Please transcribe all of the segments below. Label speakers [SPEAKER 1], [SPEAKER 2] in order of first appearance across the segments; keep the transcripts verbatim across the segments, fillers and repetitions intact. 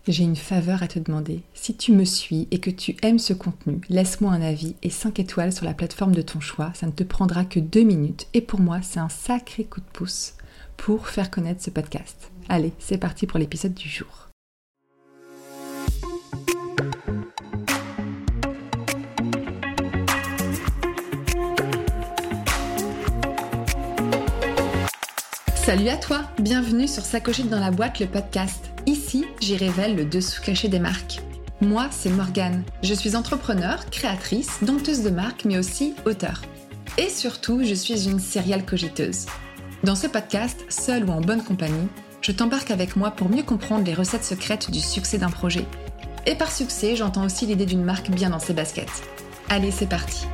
[SPEAKER 1] J'ai une faveur à te demander. Si tu me suis et que tu aimes ce contenu, laisse-moi un avis et cinq étoiles sur la plateforme de ton choix. Ça ne te prendra que deux minutes. Et pour moi, c'est un sacré coup de pouce pour faire connaître ce podcast. Allez, c'est parti pour l'épisode du jour. Salut à toi, bienvenue sur S'accrocher dans la boîte, le podcast. Ici, j'y révèle le dessous caché des marques. Moi, c'est Morgane. Je suis entrepreneur, créatrice, dompteuse de marque, mais aussi auteure. Et surtout, je suis une serial cogiteuse. Dans ce podcast, seule ou en bonne compagnie, je t'embarque avec moi pour mieux comprendre les recettes secrètes du succès d'un projet. Et par succès, j'entends aussi l'idée d'une marque bien dans ses baskets. Allez, c'est parti.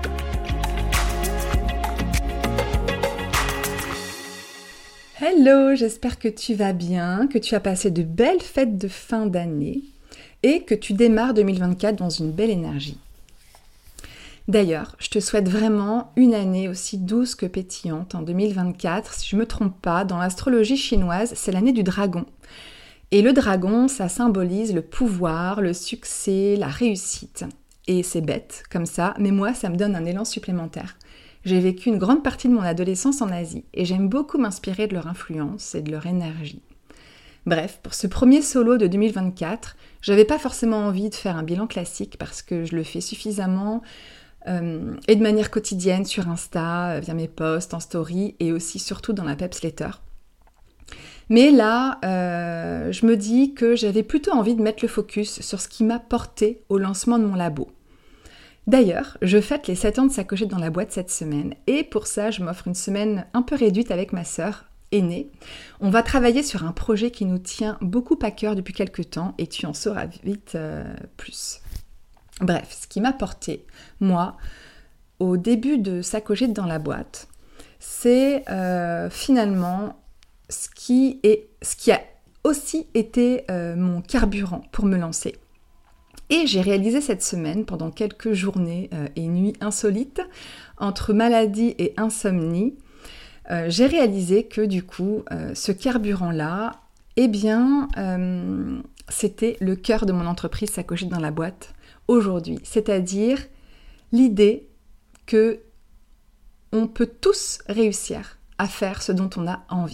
[SPEAKER 1] Hello, j'espère que tu vas bien, que tu as passé de belles fêtes de fin d'année et que tu démarres deux mille vingt-quatre dans une belle énergie. D'ailleurs, je te souhaite vraiment une année aussi douce que pétillante en deux mille vingt-quatre. Si je ne me trompe pas, dans l'astrologie chinoise, c'est l'année du dragon. Et le dragon, ça symbolise le pouvoir, le succès, la réussite. Et c'est bête comme ça, mais moi, ça me donne un élan supplémentaire. J'ai vécu une grande partie de mon adolescence en Asie et j'aime beaucoup m'inspirer de leur influence et de leur énergie. Bref, pour ce premier solo de deux mille vingt-quatre, j'avais pas forcément envie de faire un bilan classique parce que je le fais suffisamment euh, et de manière quotidienne sur Insta, via mes posts, en story et aussi surtout dans la Pepsletter. Mais là, euh, je me dis que j'avais plutôt envie de mettre le focus sur ce qui m'a porté au lancement de mon labo. D'ailleurs, je fête les sept ans de S'accrocher dans la boîte cette semaine et pour ça, je m'offre une semaine un peu réduite avec ma sœur aînée. On va travailler sur un projet qui nous tient beaucoup à cœur depuis quelques temps et tu en sauras vite euh, plus. Bref, ce qui m'a porté, moi, au début de S'accrocher dans la boîte, c'est euh, finalement ce qui, est, ce qui a aussi été euh, mon carburant pour me lancer. Et j'ai réalisé cette semaine, pendant quelques journées euh, et nuits insolites, entre maladie et insomnie, euh, j'ai réalisé que du coup, euh, ce carburant-là, eh bien, euh, c'était le cœur de mon entreprise S'accrocher dans la boîte aujourd'hui. C'est-à-dire l'idée que on peut tous réussir à faire ce dont on a envie.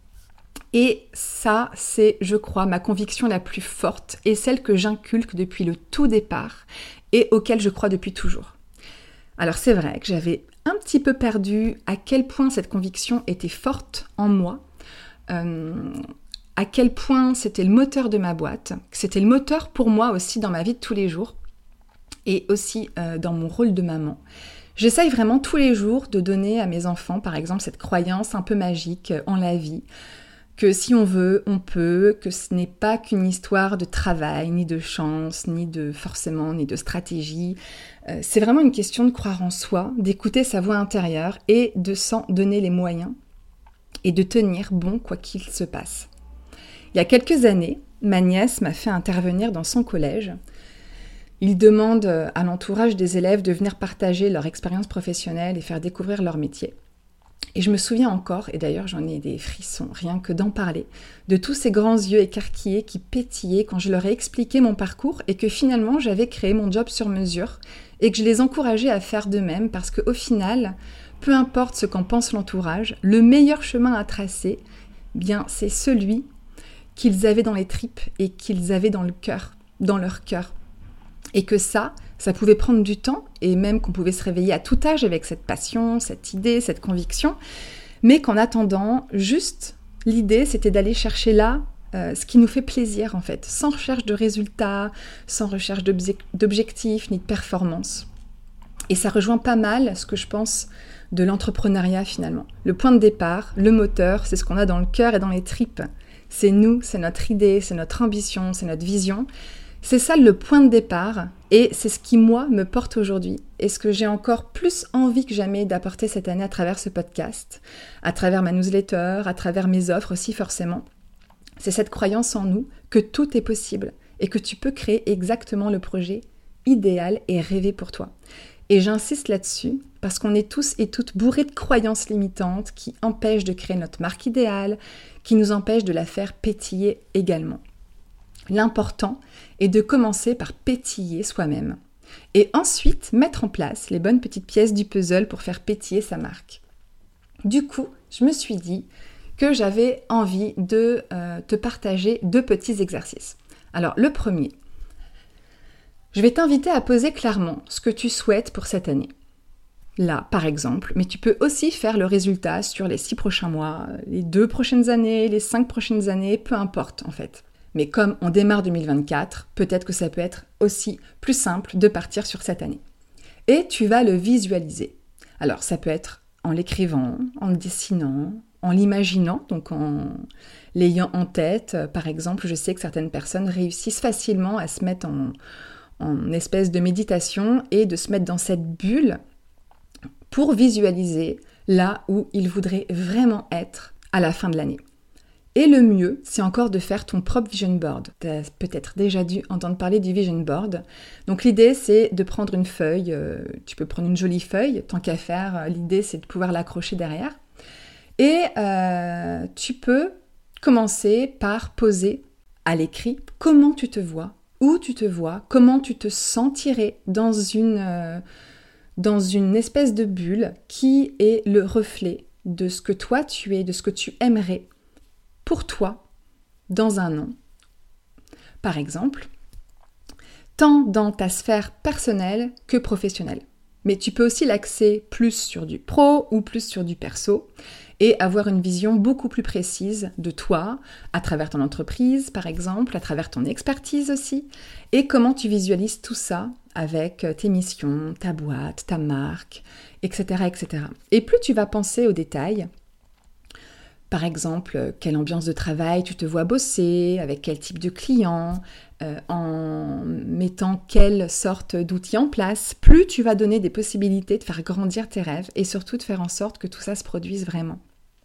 [SPEAKER 1] Et ça, c'est, je crois, ma conviction la plus forte et celle que j'inculque depuis le tout départ et auquel je crois depuis toujours. Alors c'est vrai que j'avais un petit peu perdu à quel point cette conviction était forte en moi, euh, à quel point c'était le moteur de ma boîte, que c'était le moteur pour moi aussi dans ma vie de tous les jours et aussi euh, dans mon rôle de maman. J'essaye vraiment tous les jours de donner à mes enfants, par exemple, cette croyance un peu magique en la vie, que si on veut, on peut, que ce n'est pas qu'une histoire de travail, ni de chance, ni de forcément, ni de stratégie. Euh, c'est vraiment une question de croire en soi, d'écouter sa voix intérieure et de s'en donner les moyens et de tenir bon quoi qu'il se passe. Il y a quelques années, ma nièce m'a fait intervenir dans son collège. Il demande à l'entourage des élèves de venir partager leur expérience professionnelle et faire découvrir leur métier. Et je me souviens encore, et d'ailleurs j'en ai des frissons, rien que d'en parler, de tous ces grands yeux écarquillés qui pétillaient quand je leur ai expliqué mon parcours et que finalement j'avais créé mon job sur mesure et que je les encourageais à faire de même parce qu'au final, peu importe ce qu'en pense l'entourage, le meilleur chemin à tracer, bien c'est celui qu'ils avaient dans les tripes et qu'ils avaient dans le cœur, dans leur cœur. Et que ça, ça pouvait prendre du temps, et même qu'on pouvait se réveiller à tout âge avec cette passion, cette idée, cette conviction, mais qu'en attendant, juste l'idée, c'était d'aller chercher là euh, ce qui nous fait plaisir en fait, sans recherche de résultats, sans recherche d'obje- d'objectifs ni de performance. Et ça rejoint pas mal ce que je pense de l'entrepreneuriat finalement. Le point de départ, le moteur, c'est ce qu'on a dans le cœur et dans les tripes. C'est nous, c'est notre idée, c'est notre ambition, c'est notre vision. C'est ça le point de départ et c'est ce qui, moi, me porte aujourd'hui et ce que j'ai encore plus envie que jamais d'apporter cette année à travers ce podcast, à travers ma newsletter, à travers mes offres aussi forcément. C'est cette croyance en nous que tout est possible et que tu peux créer exactement le projet idéal et rêvé pour toi. Et j'insiste là-dessus parce qu'on est tous et toutes bourrés de croyances limitantes qui empêchent de créer notre marque idéale, qui nous empêchent de la faire pétiller également. L'important est de commencer par pétiller soi-même et ensuite mettre en place les bonnes petites pièces du puzzle pour faire pétiller sa marque. Du coup, je me suis dit que j'avais envie de euh, te partager deux petits exercices. Alors, le premier, je vais t'inviter à poser clairement ce que tu souhaites pour cette année. Là, par exemple, mais tu peux aussi faire le résultat sur les six prochains mois, les deux prochaines années, les cinq prochaines années, peu importe en fait. Mais comme on démarre deux mille vingt-quatre, peut-être que ça peut être aussi plus simple de partir sur cette année. Et tu vas le visualiser. Alors, ça peut être en l'écrivant, en le dessinant, en l'imaginant, donc en l'ayant en tête. Par exemple, je sais que certaines personnes réussissent facilement à se mettre en, en espèce de méditation et de se mettre dans cette bulle pour visualiser là où ils voudraient vraiment être à la fin de l'année. Et le mieux, c'est encore de faire ton propre vision board. Tu as peut-être déjà dû entendre parler du vision board. Donc l'idée, c'est de prendre une feuille. Euh, tu peux prendre une jolie feuille, tant qu'à faire. L'idée, c'est de pouvoir l'accrocher derrière. Et euh, tu peux commencer par poser à l'écrit comment tu te vois, où tu te vois, comment tu te sentirais dans une, euh, dans une espèce de bulle qui est le reflet de ce que toi tu es, de ce que tu aimerais pour toi, dans un an. Par exemple, tant dans ta sphère personnelle que professionnelle. Mais tu peux aussi l'axer plus sur du pro ou plus sur du perso et avoir une vision beaucoup plus précise de toi, à travers ton entreprise par exemple, à travers ton expertise aussi, et comment tu visualises tout ça avec tes missions, ta boîte, ta marque, et cetera, et cetera. Et plus tu vas penser aux détails, par exemple, quelle ambiance de travail tu te vois bosser, avec quel type de client, euh, en mettant quelle sorte d'outils en place, plus tu vas donner des possibilités de faire grandir tes rêves et surtout de faire en sorte que tout ça se produise vraiment.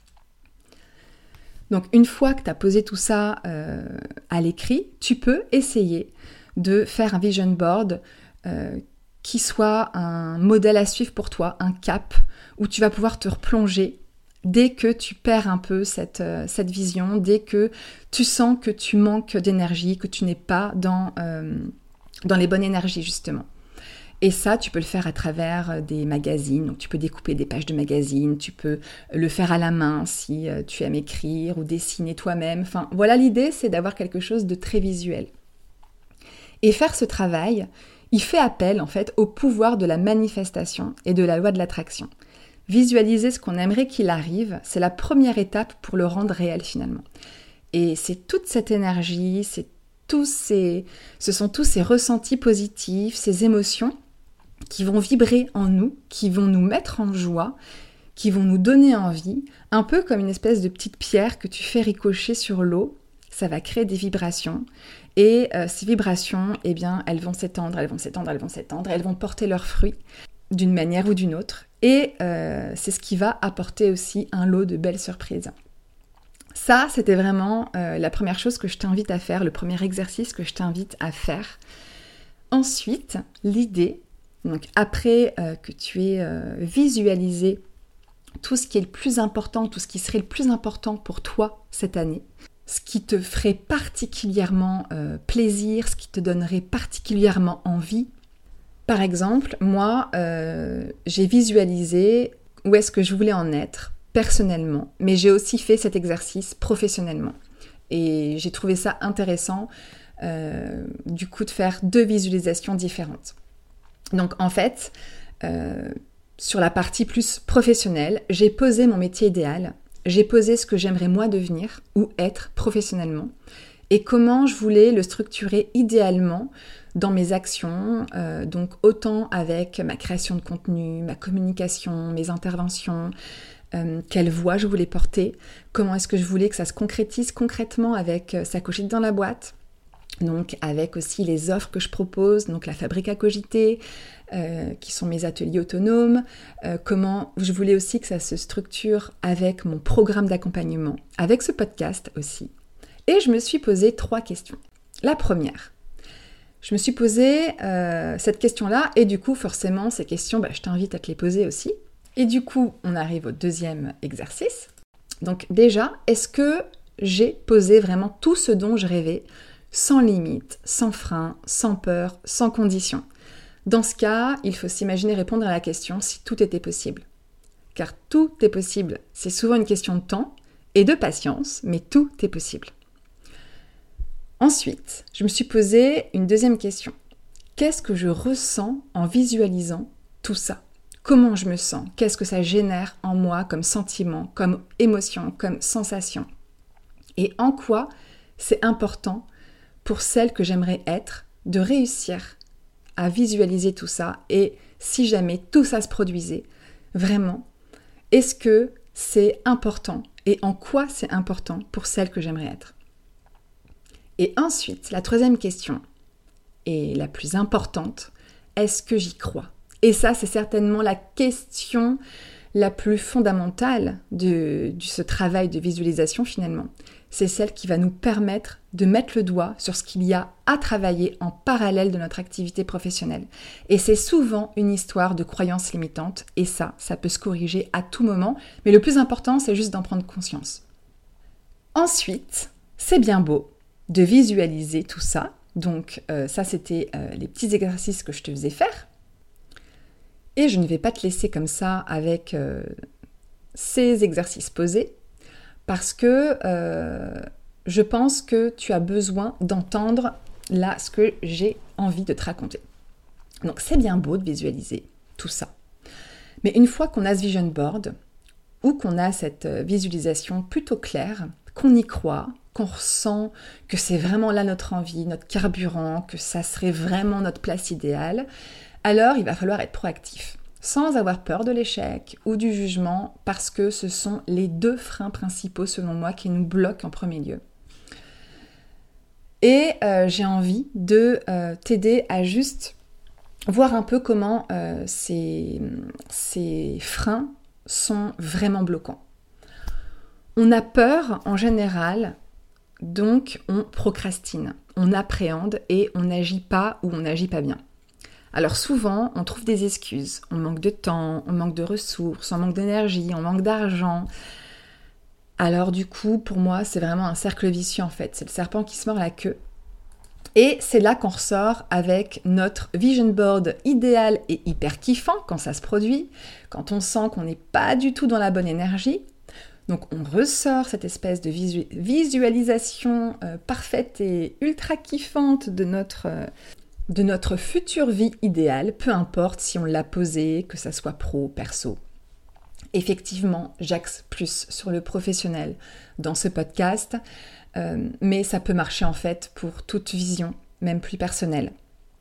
[SPEAKER 1] Donc une fois que tu as posé tout ça euh, à l'écrit, tu peux essayer de faire un vision board euh, qui soit un modèle à suivre pour toi, un cap, où tu vas pouvoir te replonger dès que tu perds un peu cette, euh, cette vision, dès que tu sens que tu manques d'énergie, que tu n'es pas dans, euh, dans les bonnes énergies justement. Et ça, tu peux le faire à travers des magazines, donc tu peux découper des pages de magazines, tu peux le faire à la main si euh, tu aimes écrire ou dessiner toi-même. Enfin, voilà, l'idée, c'est d'avoir quelque chose de très visuel. Et faire ce travail, il fait appel en fait au pouvoir de la manifestation et de la loi de l'attraction. Visualiser ce qu'on aimerait qu'il arrive, c'est la première étape pour le rendre réel finalement. Et c'est toute cette énergie, c'est tous ces, ce sont tous ces ressentis positifs, ces émotions qui vont vibrer en nous, qui vont nous mettre en joie, qui vont nous donner envie, un peu comme une espèce de petite pierre que tu fais ricocher sur l'eau. Ça va créer des vibrations. Et euh, ces vibrations, eh bien, elles vont s'étendre, elles vont s'étendre, elles vont s'étendre, elles vont porter leurs fruits d'une manière ou d'une autre. Et euh, c'est ce qui va apporter aussi un lot de belles surprises. Ça, c'était vraiment euh, la première chose que je t'invite à faire, le premier exercice que je t'invite à faire. Ensuite, l'idée, donc après euh, que tu aies euh, visualisé tout ce qui est le plus important, tout ce qui serait le plus important pour toi cette année, ce qui te ferait particulièrement euh, plaisir, ce qui te donnerait particulièrement envie. Par exemple, moi, euh, j'ai visualisé où est-ce que je voulais en être personnellement, mais j'ai aussi fait cet exercice professionnellement. Et j'ai trouvé ça intéressant, euh, du coup, de faire deux visualisations différentes. Donc, en fait, euh, sur la partie plus professionnelle, j'ai posé mon métier idéal, j'ai posé ce que j'aimerais moi devenir ou être professionnellement, et comment je voulais le structurer idéalement dans mes actions, euh, donc autant avec ma création de contenu, ma communication, mes interventions, euh, quelle voix je voulais porter, comment est-ce que je voulais que ça se concrétise concrètement avec euh, sa cogite dans la boîte, donc avec aussi les offres que je propose, donc la fabrique à cogiter, euh, qui sont mes ateliers autonomes, euh, comment je voulais aussi que ça se structure avec mon programme d'accompagnement, avec ce podcast aussi. Et je me suis posé trois questions. La première, je me suis posé euh, cette question-là, et du coup, forcément, ces questions, bah, je t'invite à te les poser aussi. Et du coup, on arrive au deuxième exercice. Donc déjà, est-ce que j'ai posé vraiment tout ce dont je rêvais sans limite, sans frein, sans peur, sans condition. Dans ce cas, il faut s'imaginer répondre à la question si tout était possible. Car tout est possible, c'est souvent une question de temps et de patience, mais tout est possible. Ensuite, je me suis posé une deuxième question. Qu'est-ce que je ressens en visualisant tout ça ? Comment je me sens ? Qu'est-ce que ça génère en moi comme sentiment, comme émotion, comme sensation ? Et en quoi c'est important pour celle que j'aimerais être de réussir à visualiser tout ça, et si jamais tout ça se produisait, vraiment, est-ce que c'est important et en quoi c'est important pour celle que j'aimerais être ? Et ensuite, la troisième question, et la plus importante, est-ce que j'y crois ? Et ça, c'est certainement la question la plus fondamentale de, de ce travail de visualisation finalement. C'est celle qui va nous permettre de mettre le doigt sur ce qu'il y a à travailler en parallèle de notre activité professionnelle. Et c'est souvent une histoire de croyances limitantes, et ça, ça peut se corriger à tout moment, mais le plus important, c'est juste d'en prendre conscience. Ensuite, c'est bien beau de visualiser tout ça. Donc euh, ça, c'était euh, les petits exercices que je te faisais faire. Et je ne vais pas te laisser comme ça avec euh, ces exercices posés, parce que euh, je pense que tu as besoin d'entendre là ce que j'ai envie de te raconter. Donc c'est bien beau de visualiser tout ça. Mais une fois qu'on a ce vision board, ou qu'on a cette visualisation plutôt claire, qu'on y croit, qu'on ressent que c'est vraiment là notre envie, notre carburant, que ça serait vraiment notre place idéale, alors il va falloir être proactif, sans avoir peur de l'échec ou du jugement, parce que ce sont les deux freins principaux, selon moi, qui nous bloquent en premier lieu. Et euh, j'ai envie de euh, t'aider à juste voir un peu comment euh, ces, ces freins sont vraiment bloquants. On a peur en général, donc on procrastine, on appréhende et on n'agit pas ou on n'agit pas bien. Alors souvent, on trouve des excuses. On manque de temps, on manque de ressources, on manque d'énergie, on manque d'argent. Alors du coup, pour moi, c'est vraiment un cercle vicieux en fait. C'est le serpent qui se mord la queue. Et c'est là qu'on ressort avec notre vision board idéal et hyper kiffant quand ça se produit, quand on sent qu'on n'est pas du tout dans la bonne énergie. Donc on ressort cette espèce de visu- visualisation euh, parfaite et ultra kiffante de notre... Euh, de notre future vie idéale, peu importe si on l'a posée, que ça soit pro, perso. Effectivement, j'axe plus sur le professionnel dans ce podcast, euh, mais ça peut marcher en fait pour toute vision, même plus personnelle.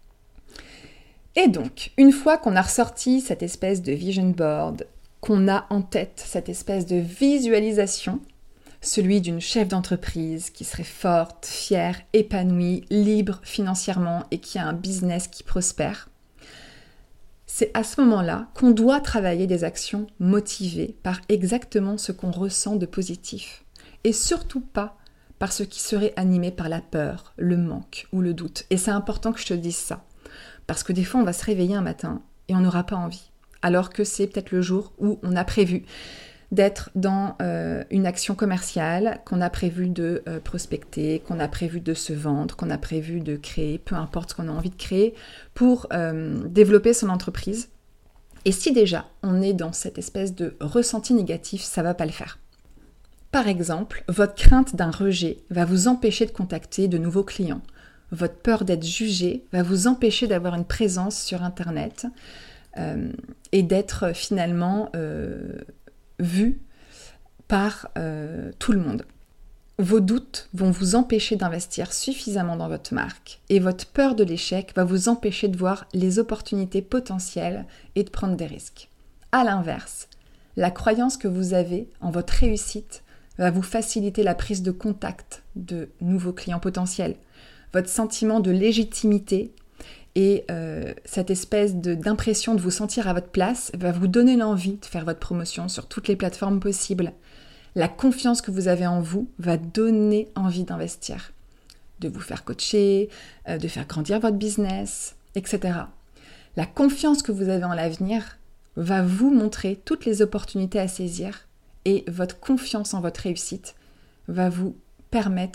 [SPEAKER 1] Et donc, une fois qu'on a ressorti cette espèce de vision board, qu'on a en tête cette espèce de visualisation, celui d'une chef d'entreprise qui serait forte, fière, épanouie, libre financièrement et qui a un business qui prospère. C'est à ce moment-là qu'on doit travailler des actions motivées par exactement ce qu'on ressent de positif et surtout pas par ce qui serait animé par la peur, le manque ou le doute. Et c'est important que je te dise ça, parce que des fois on va se réveiller un matin et on n'aura pas envie, alors que c'est peut-être le jour où on a prévu d'être dans euh, une action commerciale, qu'on a prévu de euh, prospecter, qu'on a prévu de se vendre, qu'on a prévu de créer, peu importe ce qu'on a envie de créer, pour euh, développer son entreprise. Et si déjà on est dans cette espèce de ressenti négatif, ça va pas le faire. Par exemple, votre crainte d'un rejet va vous empêcher de contacter de nouveaux clients. Votre peur d'être jugé va vous empêcher d'avoir une présence sur Internet euh, et d'être finalement... Euh, vu par euh, tout le monde. Vos doutes vont vous empêcher d'investir suffisamment dans votre marque et votre peur de l'échec va vous empêcher de voir les opportunités potentielles et de prendre des risques. À l'inverse, la croyance que vous avez en votre réussite va vous faciliter la prise de contact de nouveaux clients potentiels. Votre sentiment de légitimité et euh, cette espèce de, d'impression de vous sentir à votre place va vous donner l'envie de faire votre promotion sur toutes les plateformes possibles. La confiance que vous avez en vous va donner envie d'investir, de vous faire coacher, euh, de faire grandir votre business, et cetera. La confiance que vous avez en l'avenir va vous montrer toutes les opportunités à saisir et votre confiance en votre réussite va vous permettre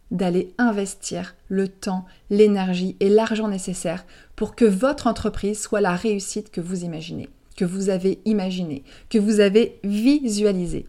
[SPEAKER 1] d'aller investir le temps, l'énergie et l'argent nécessaires pour que votre entreprise soit la réussite que vous imaginez, que vous avez imaginé, que vous avez visualisé.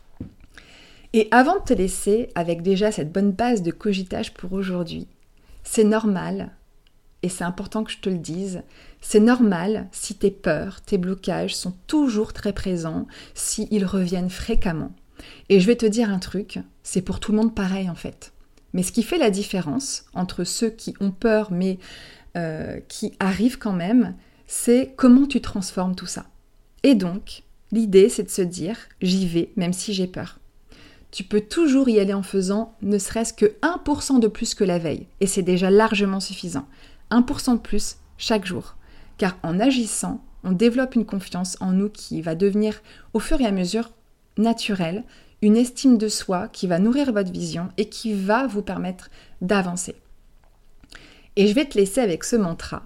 [SPEAKER 1] Et avant de te laisser avec déjà cette bonne base de cogitage pour aujourd'hui, c'est normal, et c'est important que je te le dise, c'est normal si tes peurs, tes blocages sont toujours très présents, s'ils reviennent fréquemment. Et je vais te dire un truc, c'est pour tout le monde pareil en fait. Mais ce qui fait la différence entre ceux qui ont peur mais euh, qui arrivent quand même, c'est comment tu transformes tout ça. Et donc, l'idée c'est de se dire, j'y vais même si j'ai peur. Tu peux toujours y aller en faisant ne serait-ce que un pour cent de plus que la veille. Et c'est déjà largement suffisant. un pour cent de plus chaque jour. Car en agissant, on développe une confiance en nous qui va devenir au fur et à mesure naturelle, une estime de soi qui va nourrir votre vision et qui va vous permettre d'avancer. Et je vais te laisser avec ce mantra.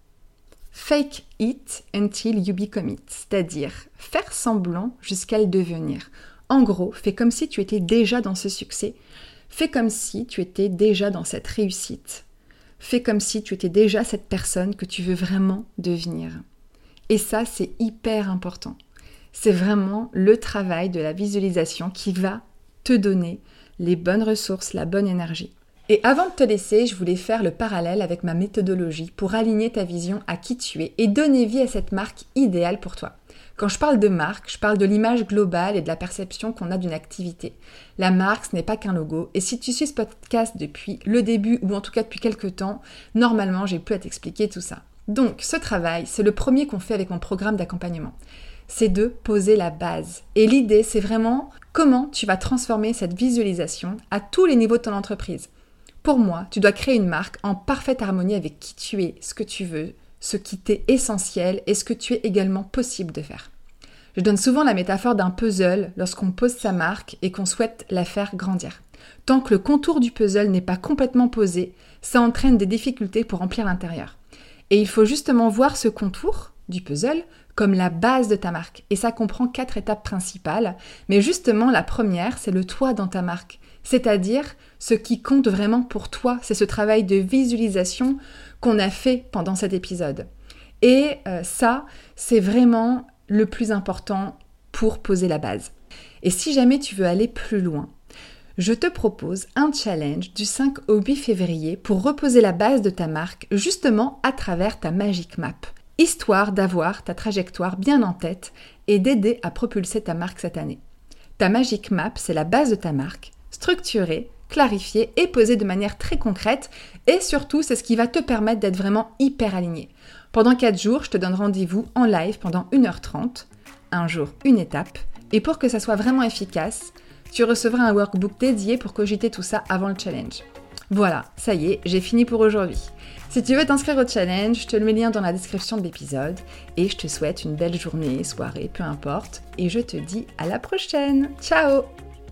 [SPEAKER 1] Fake it until you become it. C'est-à-dire faire semblant jusqu'à le devenir. En gros, fais comme si tu étais déjà dans ce succès. Fais comme si tu étais déjà dans cette réussite. Fais comme si tu étais déjà cette personne que tu veux vraiment devenir. Et ça, c'est hyper important. C'est vraiment le travail de la visualisation qui va te donner les bonnes ressources, la bonne énergie. Et avant de te laisser, je voulais faire le parallèle avec ma méthodologie pour aligner ta vision à qui tu es et donner vie à cette marque idéale pour toi. Quand je parle de marque, je parle de l'image globale et de la perception qu'on a d'une activité. La marque, ce n'est pas qu'un logo. Et si tu suis ce podcast depuis le début, ou en tout cas depuis quelques temps, normalement, j'ai pu à t'expliquer tout ça. Donc, ce travail, c'est le premier qu'on fait avec mon programme d'accompagnement. C'est de poser la base. Et l'idée, c'est vraiment comment tu vas transformer cette visualisation à tous les niveaux de ton entreprise. Pour moi, tu dois créer une marque en parfaite harmonie avec qui tu es, ce que tu veux, ce qui t'est essentiel et ce que tu es également possible de faire. Je donne souvent la métaphore d'un puzzle lorsqu'on pose sa marque et qu'on souhaite la faire grandir. Tant que le contour du puzzle n'est pas complètement posé, ça entraîne des difficultés pour remplir l'intérieur. Et il faut justement voir ce contour du puzzle comme la base de ta marque. Et ça comprend quatre étapes principales. Mais justement, la première, c'est le toi dans ta marque. C'est-à-dire, ce qui compte vraiment pour toi, c'est ce travail de visualisation qu'on a fait pendant cet épisode. Et euh, ça, c'est vraiment le plus important pour poser la base. Et si jamais tu veux aller plus loin, je te propose un challenge du cinq au huit février pour reposer la base de ta marque justement à travers ta Magic Map, histoire d'avoir ta trajectoire bien en tête et d'aider à propulser ta marque cette année. Ta Magic Map, c'est la base de ta marque, structurée, clarifiée et posée de manière très concrète et surtout, c'est ce qui va te permettre d'être vraiment hyper aligné. Pendant quatre jours, je te donne rendez-vous en live pendant une heure trente, un jour, une étape. Et pour que ça soit vraiment efficace, tu recevras un workbook dédié pour cogiter tout ça avant le challenge. Voilà, ça y est, j'ai fini pour aujourd'hui. Si tu veux t'inscrire au challenge, je te le mets le lien dans la description de l'épisode. Et je te souhaite une belle journée, soirée, peu importe. Et je te dis à la prochaine. Ciao!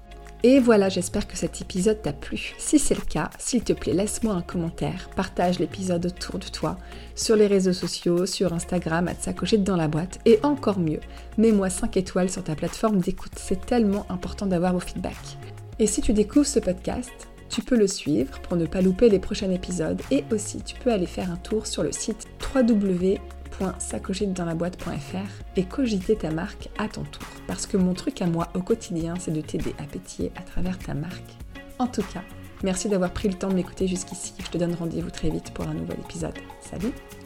[SPEAKER 1] Et voilà, j'espère que cet épisode t'a plu. Si c'est le cas, s'il te plaît, laisse-moi un commentaire, partage l'épisode autour de toi, sur les réseaux sociaux, sur Instagram, à Sacochette dans la boîte, et encore mieux, mets-moi cinq étoiles sur ta plateforme d'écoute, c'est tellement important d'avoir vos feedbacks. Et si tu découvres ce podcast, tu peux le suivre pour ne pas louper les prochains épisodes, et aussi tu peux aller faire un tour sur le site w w w point sacochette dans la boîte point f r et cogiter ta marque à ton tour. Parce que mon truc à moi au quotidien, c'est de t'aider à pétiller à travers ta marque. En tout cas, merci d'avoir pris le temps de m'écouter jusqu'ici. Je te donne rendez-vous très vite pour un nouvel épisode. Salut!